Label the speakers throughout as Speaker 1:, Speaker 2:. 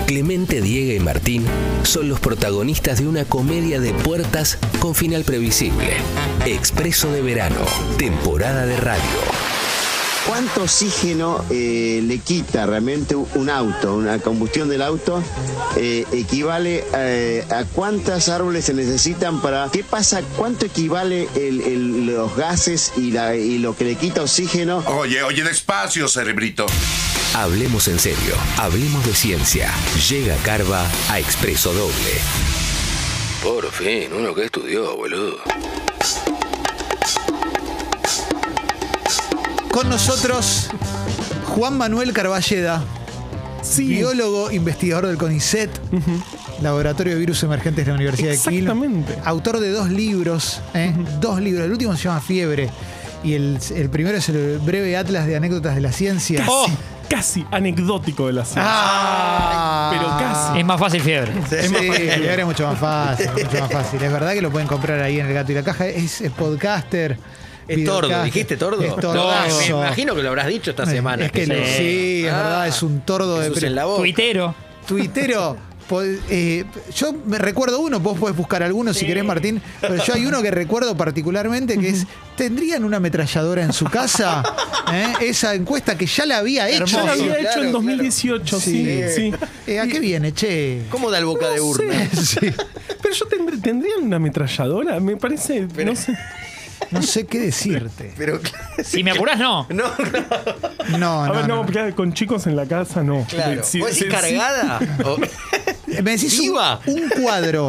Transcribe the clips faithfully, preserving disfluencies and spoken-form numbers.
Speaker 1: Clemente, Diego y Martín son los protagonistas de una comedia de puertas con final previsible. Expreso de verano, temporada de radio.
Speaker 2: ¿Cuánto oxígeno eh, le quita realmente un auto, una combustión del auto? Eh, equivale eh, a cuántos árboles se necesitan para... ¿Qué pasa? ¿Cuánto equivale el, el, los gases y, la, y lo que le quita oxígeno?
Speaker 3: Oye, oye, despacio, cerebrito.
Speaker 1: Hablemos en serio, hablemos de ciencia. Llega Carva a Expreso Doble. Por fin, uno que estudió, boludo.
Speaker 4: Con nosotros, Juan Manuel Carballeda, sí. biólogo, investigador del CONICET, uh-huh. Laboratorio de Virus Emergentes de la Universidad de Kiel.
Speaker 5: Exactamente.
Speaker 4: Autor de dos libros, ¿eh? uh-huh. dos libros. El último se llama Fiebre y el, el primero es el breve atlas de anécdotas de la ciencia.
Speaker 5: Casi, oh. casi anecdótico de la ciencia.
Speaker 4: Ah,
Speaker 5: pero casi.
Speaker 6: Es más fácil Fiebre.
Speaker 4: Sí, es, más fácil. Fiebre es mucho más fácil, mucho más fácil. Es verdad que lo pueden comprar ahí en El Gato y la Caja. Es, es podcaster.
Speaker 7: Es tordo, ¿dijiste tordo?
Speaker 4: Es tordo.
Speaker 7: No, me imagino que lo habrás dicho esta semana.
Speaker 4: Es que, que lo, sí, es ah, verdad, es un tordo de...
Speaker 7: En la boca.
Speaker 6: Tuitero.
Speaker 4: Tuitero. Eh, yo me recuerdo uno, vos podés buscar alguno sí. si querés, Martín, pero yo hay uno que recuerdo particularmente que es, ¿tendrían una ametralladora en su casa? ¿Eh? Esa encuesta que ya la había hecho.
Speaker 5: Ya la había
Speaker 4: claro,
Speaker 5: hecho en dos mil dieciocho, sí. sí, sí.
Speaker 4: Eh, ¿A qué viene, che?
Speaker 7: ¿Cómo da el boca no de urna?
Speaker 4: Sí.
Speaker 5: Pero yo tendr- ¿tendrían una ametralladora? Me parece, pero, no sé...
Speaker 4: No sé qué decirte.
Speaker 7: Pero,
Speaker 6: si me apurás, no.
Speaker 7: No,
Speaker 4: no. No,
Speaker 5: A
Speaker 4: no,
Speaker 5: ver, no,
Speaker 4: no.
Speaker 5: porque con chicos en la casa, no.
Speaker 7: Claro.
Speaker 5: Si,
Speaker 7: ¿Vos decís
Speaker 5: si,
Speaker 7: cargada?
Speaker 4: Si...
Speaker 7: ¿O...
Speaker 4: Me decís un, un cuadro.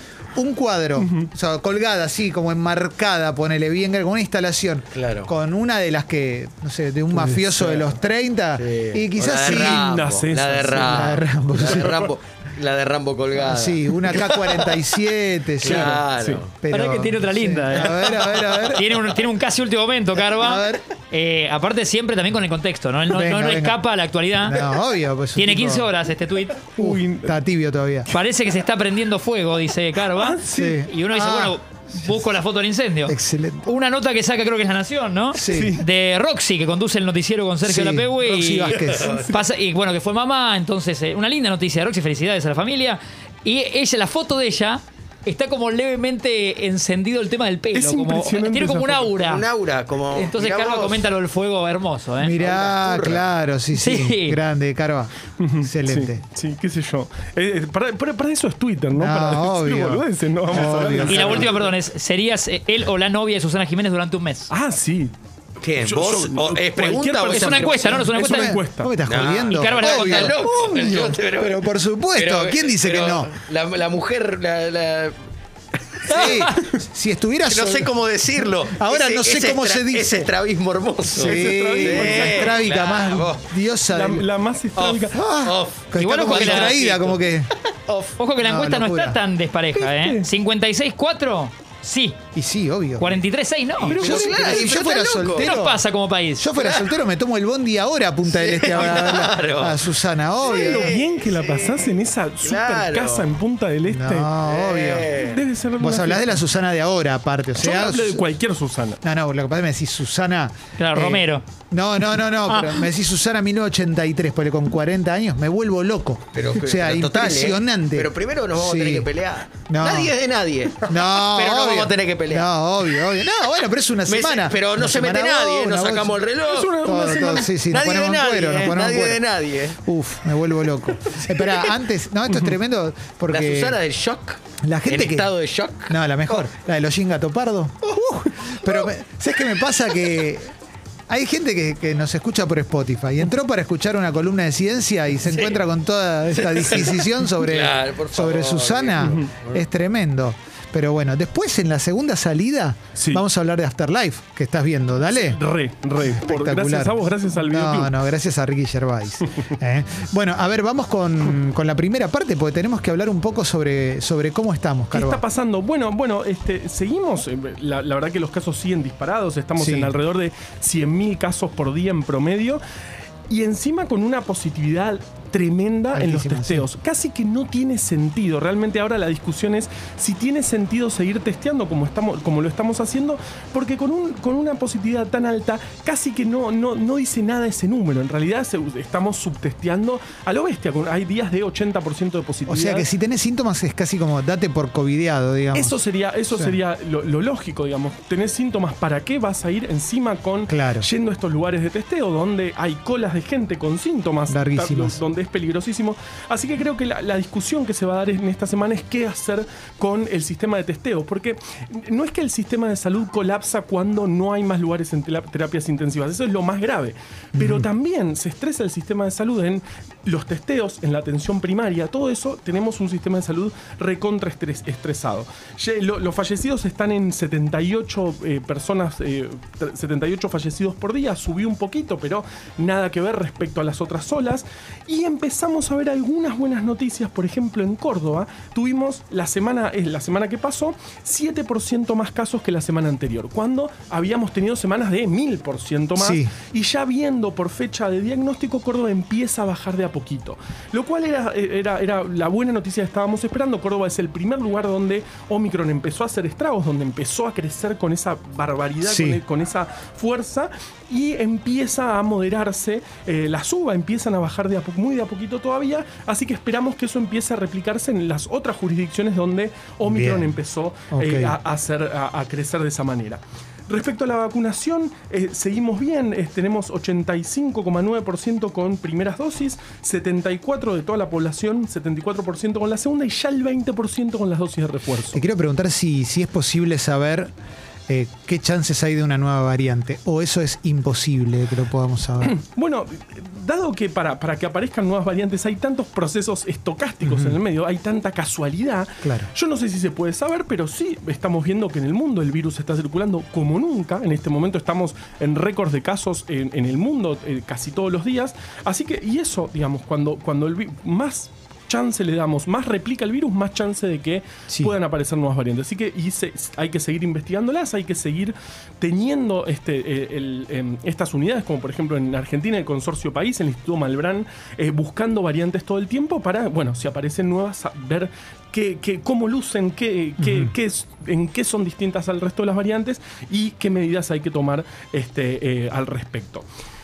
Speaker 4: Un cuadro. Uh-huh. O sea, colgada así, como enmarcada, ponele bien, con una instalación.
Speaker 7: Claro.
Speaker 4: Con una de las que, no sé, de un
Speaker 5: Puede
Speaker 4: mafioso
Speaker 5: ser.
Speaker 4: de los treinta.
Speaker 7: Sí.
Speaker 4: Y quizás sí.
Speaker 7: Rambo.
Speaker 5: La
Speaker 7: La de Rambo.
Speaker 4: La de Rambo.
Speaker 7: La de Rambo. La de Rambo colgada.
Speaker 4: Sí, una K cuarenta y siete. Sí.
Speaker 7: Claro.
Speaker 5: Sí.
Speaker 4: Pero,
Speaker 6: Pará que tiene otra linda.
Speaker 4: Sí.
Speaker 6: Eh.
Speaker 4: A ver, a ver, a ver.
Speaker 6: Tiene un, tiene un casi último momento, Carva.
Speaker 4: A ver.
Speaker 6: Eh, aparte, siempre también con el contexto, ¿no? Él no,
Speaker 4: Venga,
Speaker 6: no, no
Speaker 4: venga.
Speaker 6: escapa a la actualidad.
Speaker 4: No, obvio. Pues
Speaker 6: Tiene
Speaker 4: tipo...
Speaker 6: quince horas este tuit.
Speaker 4: Uy, está tibio todavía.
Speaker 6: Parece que se está prendiendo fuego, dice Carva.
Speaker 4: Ah, sí.
Speaker 6: Y uno dice,
Speaker 4: Ah.
Speaker 6: bueno, busco la foto del incendio.
Speaker 4: Excelente.
Speaker 6: Una nota que saca, creo que es La Nación, ¿no?
Speaker 4: Sí.
Speaker 6: De Roxy, que conduce el noticiero con Sergio
Speaker 4: Sí,
Speaker 6: Lapegui.
Speaker 4: Roxy
Speaker 6: y,
Speaker 4: Vázquez.
Speaker 6: pasa, y bueno, que fue mamá, entonces, eh, una linda noticia de Roxy, felicidades a la familia. Y ella, la foto de ella, está como levemente encendido el tema del pelo.
Speaker 5: Es
Speaker 6: Como,
Speaker 5: impresionante
Speaker 6: tiene como un
Speaker 5: esa foto.
Speaker 6: aura.
Speaker 7: Un aura, como...
Speaker 6: Entonces Carva comenta lo del fuego hermoso, ¿eh?
Speaker 4: Mirá, claro, sí, sí,
Speaker 6: Sí.
Speaker 4: grande, Carva. Excelente.
Speaker 5: Sí, sí, qué sé yo. Eh, para, para, para eso es Twitter, ¿no?
Speaker 4: No,
Speaker 5: para
Speaker 4: obvio.
Speaker 5: boludeces, no vamos a hablar
Speaker 4: Obvio.
Speaker 5: de
Speaker 6: Y la
Speaker 5: eso.
Speaker 6: última, perdón, es, ¿serías eh, él o la novia de Susana Jiménez durante un mes?
Speaker 5: Ah, sí.
Speaker 7: ¿Quién?
Speaker 5: Yo-
Speaker 7: ¿Vos?
Speaker 5: yo-
Speaker 7: ¿O ¿Es
Speaker 5: cualquier
Speaker 7: pregunta o
Speaker 5: persona-
Speaker 6: Es una encuesta, ¿no? No es una
Speaker 5: Es
Speaker 6: encuesta.
Speaker 5: una
Speaker 6: de-
Speaker 5: encuesta.
Speaker 4: ¿Cómo me estás
Speaker 7: No.
Speaker 4: jodiendo?
Speaker 6: Y Carva le va a
Speaker 4: Obvio.
Speaker 6: contar.
Speaker 7: loco.
Speaker 4: Obvio.
Speaker 7: Yo te- pero-
Speaker 4: Pero por supuesto,
Speaker 7: Pero-
Speaker 4: ¿quién dice
Speaker 7: pero
Speaker 4: que no?
Speaker 7: La, la mujer, la, la-
Speaker 4: Sí, si estuvieras...
Speaker 7: no sé cómo decirlo.
Speaker 4: Ahora
Speaker 7: Ese-
Speaker 4: no sé
Speaker 7: ese
Speaker 4: cómo
Speaker 7: estra-
Speaker 4: se dice.
Speaker 7: Ese estrabismo hermoso.
Speaker 4: Sí,
Speaker 5: Ese estrabismo,
Speaker 4: la estrábica
Speaker 7: claro,
Speaker 4: más
Speaker 7: vos.
Speaker 4: diosa.
Speaker 5: La,
Speaker 4: del-
Speaker 5: la más histrónica.
Speaker 4: Ah,
Speaker 7: Off.
Speaker 4: que
Speaker 6: Igual
Speaker 4: está como
Speaker 6: ojo que la-
Speaker 4: distraída, como que...
Speaker 6: Ojo que la
Speaker 4: No,
Speaker 6: encuesta no,
Speaker 4: locura.
Speaker 6: está tan despareja, ¿eh? cincuenta y seis cuatro, sí.
Speaker 4: Y sí, obvio.
Speaker 6: cuarenta y tres seis, no.
Speaker 4: Pero,
Speaker 7: Pero
Speaker 4: pero
Speaker 7: claro,
Speaker 4: si
Speaker 7: y
Speaker 4: yo
Speaker 7: pero
Speaker 4: fuera
Speaker 7: está loco.
Speaker 6: ¿Qué
Speaker 4: soltero...
Speaker 6: nos pasa como país?
Speaker 4: Yo fuera soltero, me tomo el bondi ahora a Punta del Este a ver a,
Speaker 7: Claro.
Speaker 4: a Susana, obvio.
Speaker 5: Lo bien que la pasás en esa super
Speaker 7: Claro.
Speaker 5: casa en Punta del Este.
Speaker 4: No, obvio.
Speaker 7: Eh.
Speaker 5: Debe ser
Speaker 4: Vos
Speaker 5: una
Speaker 4: hablás de la
Speaker 5: fiesta.
Speaker 4: Susana de ahora, aparte. O
Speaker 5: Yo
Speaker 4: sea,
Speaker 5: hablo de cualquier Susana.
Speaker 4: No, no, lo que pasa es que me decís Susana.
Speaker 6: Claro, Romero.
Speaker 4: No, no, no, no,
Speaker 6: Ah.
Speaker 4: pero me decís Susana mil novecientos ochenta y tres, porque con cuarenta años me vuelvo loco.
Speaker 7: Pero,
Speaker 4: o sea,
Speaker 7: pero total, ¿eh?
Speaker 4: impresionante.
Speaker 7: Pero primero nos vamos
Speaker 4: Sí.
Speaker 7: a tener que pelear.
Speaker 4: No.
Speaker 7: Nadie es de nadie.
Speaker 4: No,
Speaker 7: Pero no
Speaker 4: obvio.
Speaker 7: vamos a tener que pelear.
Speaker 4: No, obvio, obvio. No, bueno, pero es una
Speaker 7: Me-
Speaker 4: semana.
Speaker 7: pero no
Speaker 4: Una
Speaker 7: se mete
Speaker 4: semana
Speaker 7: nadie,
Speaker 4: vos,
Speaker 7: nos
Speaker 4: una
Speaker 7: sacamos
Speaker 4: vos.
Speaker 7: el reloj.
Speaker 5: Es una-
Speaker 4: Todo, todo,
Speaker 5: semana.
Speaker 4: sí, sí, nos
Speaker 7: Nadie de
Speaker 4: ponemos en
Speaker 7: nadie,
Speaker 4: cuero, nos
Speaker 7: eh,
Speaker 4: ponemos en
Speaker 7: nadie
Speaker 4: cuero.
Speaker 7: de nadie. eh.
Speaker 4: Uf, me vuelvo loco. Espera, antes, no, esto es tremendo porque
Speaker 7: La Susana del shock.
Speaker 4: la gente
Speaker 7: en
Speaker 4: que
Speaker 7: estado de shock.
Speaker 4: No, la mejor, la de los Gato Pardo. Uh, pero me- ¿sabes qué me pasa? Que hay gente que, que nos escucha por Spotify y entró para escuchar una columna de ciencia y se encuentra con toda esta disquisición sobre,
Speaker 7: Claro, por favor,
Speaker 4: sobre Susana. Es tremendo. Pero bueno, después en la segunda salida
Speaker 5: Sí.
Speaker 4: vamos a hablar de Afterlife, que estás viendo. Dale.
Speaker 5: Re, re. Por-
Speaker 4: Espectacular.
Speaker 5: gracias a vos, gracias al videoclub.
Speaker 4: No, no, gracias a Ricky Gervais. ¿Eh? Bueno, a ver, vamos con, con la primera parte porque tenemos que hablar un poco sobre, sobre cómo estamos,
Speaker 5: ¿Qué
Speaker 4: Carva.
Speaker 5: está pasando? Bueno, bueno, este, seguimos. eh, La, la verdad que los casos siguen disparados. Estamos
Speaker 4: Sí.
Speaker 5: en alrededor de cien mil casos por día en promedio. Y encima con una positividad tremenda en los
Speaker 4: Altísima,
Speaker 5: testeos.
Speaker 4: sí.
Speaker 5: Casi que no tiene sentido. Realmente ahora la discusión es si tiene sentido seguir testeando como, estamos, como lo estamos haciendo, porque con, un, con una positividad tan alta, casi que no, no, no dice nada ese número. En realidad se, estamos subtesteando a lo bestia. Hay días de ochenta por ciento de
Speaker 4: O
Speaker 5: positividad.
Speaker 4: sea que si tenés síntomas es casi como date por covideado, digamos.
Speaker 5: Eso sería, eso
Speaker 4: Sí.
Speaker 5: sería lo, lo lógico, digamos. Tenés síntomas, ¿para qué vas a ir encima con
Speaker 4: Claro.
Speaker 5: yendo a estos lugares de testeo donde hay colas de gente con síntomas?
Speaker 4: Larguísimas.
Speaker 5: ta- Donde es peligrosísimo. Así que creo que la, la discusión que se va a dar en esta semana es qué hacer con el sistema de testeo. Porque no es que el sistema de salud colapsa cuando no hay más lugares en tela- terapias intensivas. Eso es lo más grave. Pero también se estresa el sistema de salud en los testeos, en la atención primaria. Todo eso tenemos un sistema de salud recontra estres- estresado. Ye- lo- Los fallecidos están en setenta y ocho eh, personas, eh, tre- setenta y ocho fallecidos por día. Subió un poquito, pero nada que ver respecto a las otras olas. Y empezamos a ver algunas buenas noticias. Por ejemplo, en Córdoba tuvimos la semana, es la semana que pasó, siete por ciento más casos que la semana anterior, cuando habíamos tenido semanas de mil por ciento más.
Speaker 4: Sí.
Speaker 5: Y ya viendo por fecha de diagnóstico, Córdoba empieza a bajar de a poquito. Lo cual era, era, era la buena noticia que estábamos esperando. Córdoba es el primer lugar donde Omicron empezó a hacer estragos, donde empezó a crecer con esa barbaridad,
Speaker 4: Sí.
Speaker 5: con, con esa fuerza, y empieza a moderarse. Eh, la suba empiezan a bajar de a po- muy de a poquito todavía, así que esperamos que eso empiece a replicarse en las otras jurisdicciones donde Omicron
Speaker 4: Bien.
Speaker 5: empezó
Speaker 4: Ok.
Speaker 5: eh, a, a hacer, a, a crecer de esa manera. Respecto a la vacunación, eh, seguimos bien, eh, tenemos ochenta y cinco coma nueve por ciento con primeras dosis, setenta y cuatro por ciento de toda la población, setenta y cuatro por ciento con la segunda y ya el veinte por ciento con las dosis de refuerzo.
Speaker 4: Te quiero preguntar si, si es posible saber eh, qué chances hay de una nueva variante, o eso es imposible que lo podamos saber.
Speaker 5: Bueno, dado que para, para que aparezcan nuevas variantes hay tantos procesos estocásticos en el medio, hay tanta casualidad,
Speaker 4: Claro.
Speaker 5: yo no sé si se puede saber, pero sí estamos viendo que en el mundo el virus está circulando como nunca. En este momento estamos en récords de casos en, en el mundo eh, casi todos los días. Así que, y eso, digamos, cuando, cuando el vi- más chance le damos, más replica el virus, más chance de que
Speaker 4: Sí.
Speaker 5: puedan aparecer nuevas variantes. Así que y se- hay que seguir investigándolas, hay que seguir teniendo este, eh, el, em, estas unidades, como por ejemplo en Argentina el Consorcio País, el Instituto Malbrán, eh, buscando variantes todo el tiempo para, bueno, si aparecen nuevas, a- ver qué, qué- cómo lucen, qué, qué- qué es- en qué son distintas al resto de las variantes y qué medidas hay que tomar este, eh, al respecto.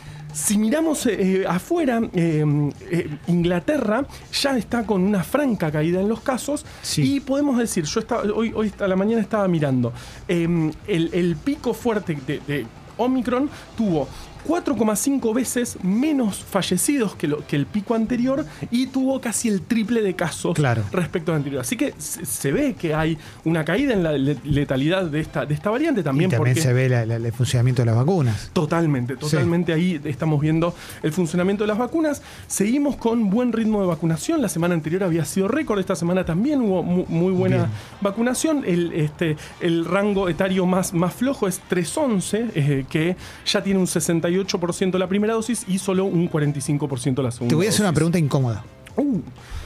Speaker 5: Si miramos eh, afuera, eh, eh, Inglaterra ya está con una franca caída en los casos.
Speaker 4: Sí.
Speaker 5: Y podemos decir, yo estaba, hoy, hoy a la mañana estaba mirando, eh, el, el pico fuerte de, de Omicron tuvo cuatro coma cinco veces menos fallecidos que, lo, que el pico anterior y tuvo casi el triple de casos
Speaker 4: Claro.
Speaker 5: respecto al anterior. Así que se, se ve que hay una caída en la le- letalidad de esta, de esta variante también,
Speaker 4: y también
Speaker 5: porque
Speaker 4: se ve la- la- el funcionamiento de las vacunas.
Speaker 5: Totalmente, totalmente ahí estamos viendo el funcionamiento de las vacunas. Seguimos con buen ritmo de vacunación. La semana anterior había sido récord, esta semana también hubo mu- muy buena
Speaker 4: Bien.
Speaker 5: vacunación. El, este, el rango etario más, más flojo es tres once, eh, que ya tiene un sesenta y ocho por ciento la primera dosis y solo un cuarenta y cinco por ciento la segunda.
Speaker 4: Te voy a hacer una
Speaker 5: dosis.
Speaker 4: pregunta incómoda.
Speaker 5: Uh,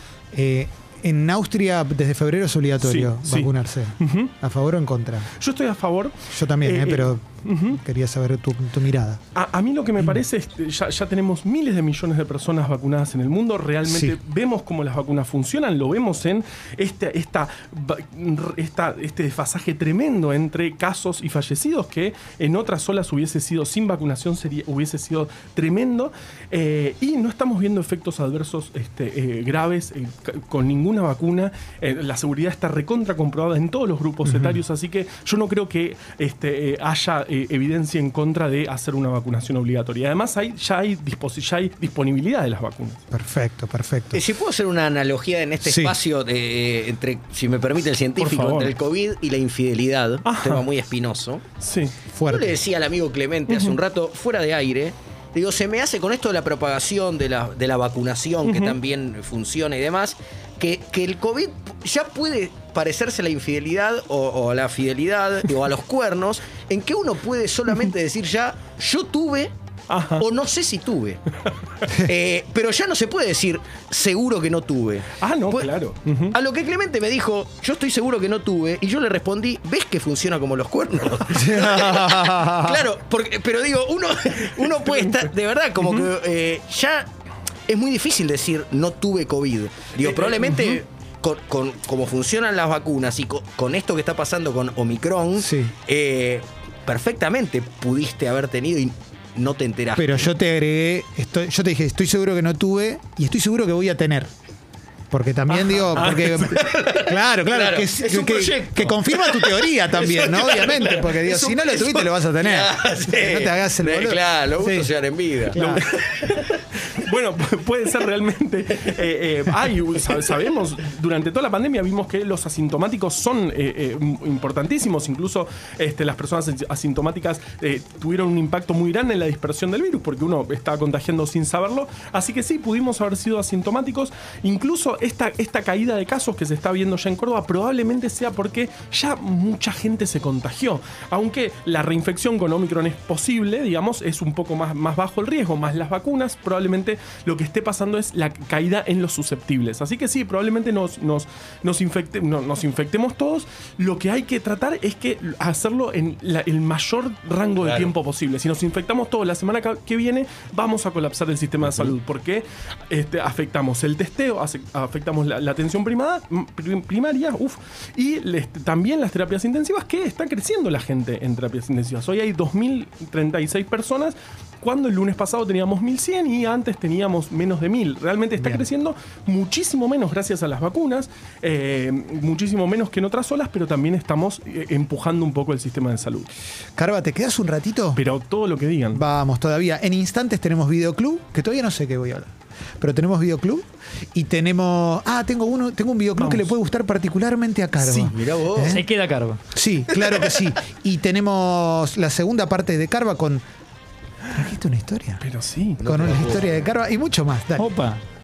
Speaker 4: Eh, en Austria, desde febrero es obligatorio
Speaker 5: Sí, sí.
Speaker 4: vacunarse. ¿A favor o en contra?
Speaker 5: yo estoy a favor.
Speaker 4: Yo también,
Speaker 5: Eh,
Speaker 4: eh, pero
Speaker 5: ujú.
Speaker 4: quería saber tu, tu mirada.
Speaker 5: A, a mí lo que me parece es que ya, ya tenemos miles de millones de personas vacunadas en el mundo. Realmente
Speaker 4: Sí.
Speaker 5: vemos cómo las vacunas funcionan. Lo vemos en este, esta, va- esta- este desfasaje tremendo entre casos y fallecidos que en otras olas hubiese sido sin vacunación, sería, hubiese sido tremendo. Eh, y no estamos viendo efectos adversos este, eh, graves eh, ca- con ninguna vacuna. Eh, la seguridad está recontra comprobada en todos los grupos etarios. Así que yo no creo que este, eh, haya eh, evidencia en contra de hacer una vacunación obligatoria. Además, hay, ya, hay disposi- ya hay disponibilidad de las vacunas.
Speaker 4: Perfecto, perfecto.
Speaker 7: Eh, Si puedo hacer una analogía en este
Speaker 4: Sí.
Speaker 7: espacio de, entre, si me permite el
Speaker 5: Por
Speaker 7: científico,
Speaker 5: favor.
Speaker 7: entre el COVID y la infidelidad,
Speaker 5: Ajá.
Speaker 7: tema muy espinoso.
Speaker 5: Sí.
Speaker 4: Fuerte.
Speaker 7: Yo le decía al amigo Clemente hace un rato, fuera de aire, digo, se me hace con esto de la propagación de la, de la vacunación, que también funciona y demás, que, que el COVID ya puede parecerse a la infidelidad o, o a la fidelidad o a los cuernos, en que uno puede solamente decir ya, yo tuve
Speaker 5: Ajá.
Speaker 7: o no sé si tuve. Eh, pero ya no se puede decir seguro que no tuve.
Speaker 5: Ah, no,
Speaker 7: Pues,
Speaker 5: claro. Ujú.
Speaker 7: A lo que Clemente me dijo, yo estoy seguro que no tuve, y yo le respondí, ¿ves que funciona como los cuernos? Claro, porque, pero digo, uno, uno puede estar, de verdad, como que eh, ya es muy difícil decir no tuve COVID. Digo,
Speaker 5: Eh,
Speaker 7: probablemente
Speaker 5: eh,
Speaker 7: con, con como funcionan las vacunas y con, con esto que está pasando con Omicron,
Speaker 4: Sí.
Speaker 7: eh, perfectamente pudiste haber tenido y no te enteraste.
Speaker 4: Pero yo te agregué, estoy, yo te dije, estoy seguro que no tuve y estoy seguro que voy a tener. Porque también digo, porque claro, claro,
Speaker 7: Claro,
Speaker 4: que,
Speaker 7: es un
Speaker 4: que-
Speaker 7: proyecto.
Speaker 4: que confirma tu teoría también, ¿no? Obviamente, porque digo,
Speaker 7: Es un-
Speaker 4: si no lo
Speaker 7: es
Speaker 4: tuviste
Speaker 7: un-
Speaker 4: lo vas a tener.
Speaker 7: Claro, sí.
Speaker 4: No te hagas el
Speaker 7: Eh,
Speaker 4: boludo.
Speaker 7: Claro, los gustos
Speaker 4: Sí.
Speaker 7: se dan en vida.
Speaker 4: Claro.
Speaker 5: Bueno, puede ser realmente. Eh, eh, hay, sab- sabemos, durante toda la pandemia vimos que los asintomáticos son eh, eh, importantísimos. Incluso este, las personas asintomáticas eh, tuvieron un impacto muy grande en la dispersión del virus, porque uno estaba contagiando sin saberlo. Así que sí, pudimos haber sido asintomáticos. Incluso esta, esta caída de casos que se está viendo ya en Córdoba probablemente sea porque ya mucha gente se contagió. Aunque la reinfección con Omicron es posible, digamos, es un poco más, más bajo el riesgo, más las vacunas, probablemente lo que esté pasando es la caída en los susceptibles. Así que sí, probablemente nos, nos, nos, infecte, no, nos infectemos todos. Lo que hay que tratar es que hacerlo en la- el mayor rango de
Speaker 7: Claro.
Speaker 5: tiempo posible. Si nos infectamos todos la semana ca- que viene, vamos a colapsar el sistema de salud, porque este, afectamos el testeo, hace- afectamos la, la atención primada- prim- primaria, uf, y les- también las terapias intensivas, que está creciendo la gente en terapias intensivas. Hoy hay dos mil treinta y seis personas, cuando el lunes pasado teníamos mil cien y antes teníamos menos de mil. Realmente está
Speaker 4: Bien.
Speaker 5: creciendo muchísimo menos gracias a las vacunas, eh, muchísimo menos que en otras olas, pero también estamos eh, empujando un poco el sistema de salud.
Speaker 4: Carva, ¿te quedas un ratito?
Speaker 5: Pero todo lo que digan.
Speaker 4: Vamos, todavía. En instantes tenemos videoclub, que todavía no sé qué voy a hablar. Pero tenemos videoclub y tenemos. Ah, tengo uno, tengo un videoclub
Speaker 5: Vamos.
Speaker 4: que le puede gustar particularmente a Carva.
Speaker 5: Sí,
Speaker 7: Mirá vos.
Speaker 4: ¿Eh?
Speaker 6: Se queda Carva.
Speaker 4: Sí, claro que sí. Y tenemos la segunda parte de Carva con. ¿Trajiste una historia?
Speaker 5: Pero sí.
Speaker 4: Con una historia de Carva y mucho más. Dale.
Speaker 6: Opa.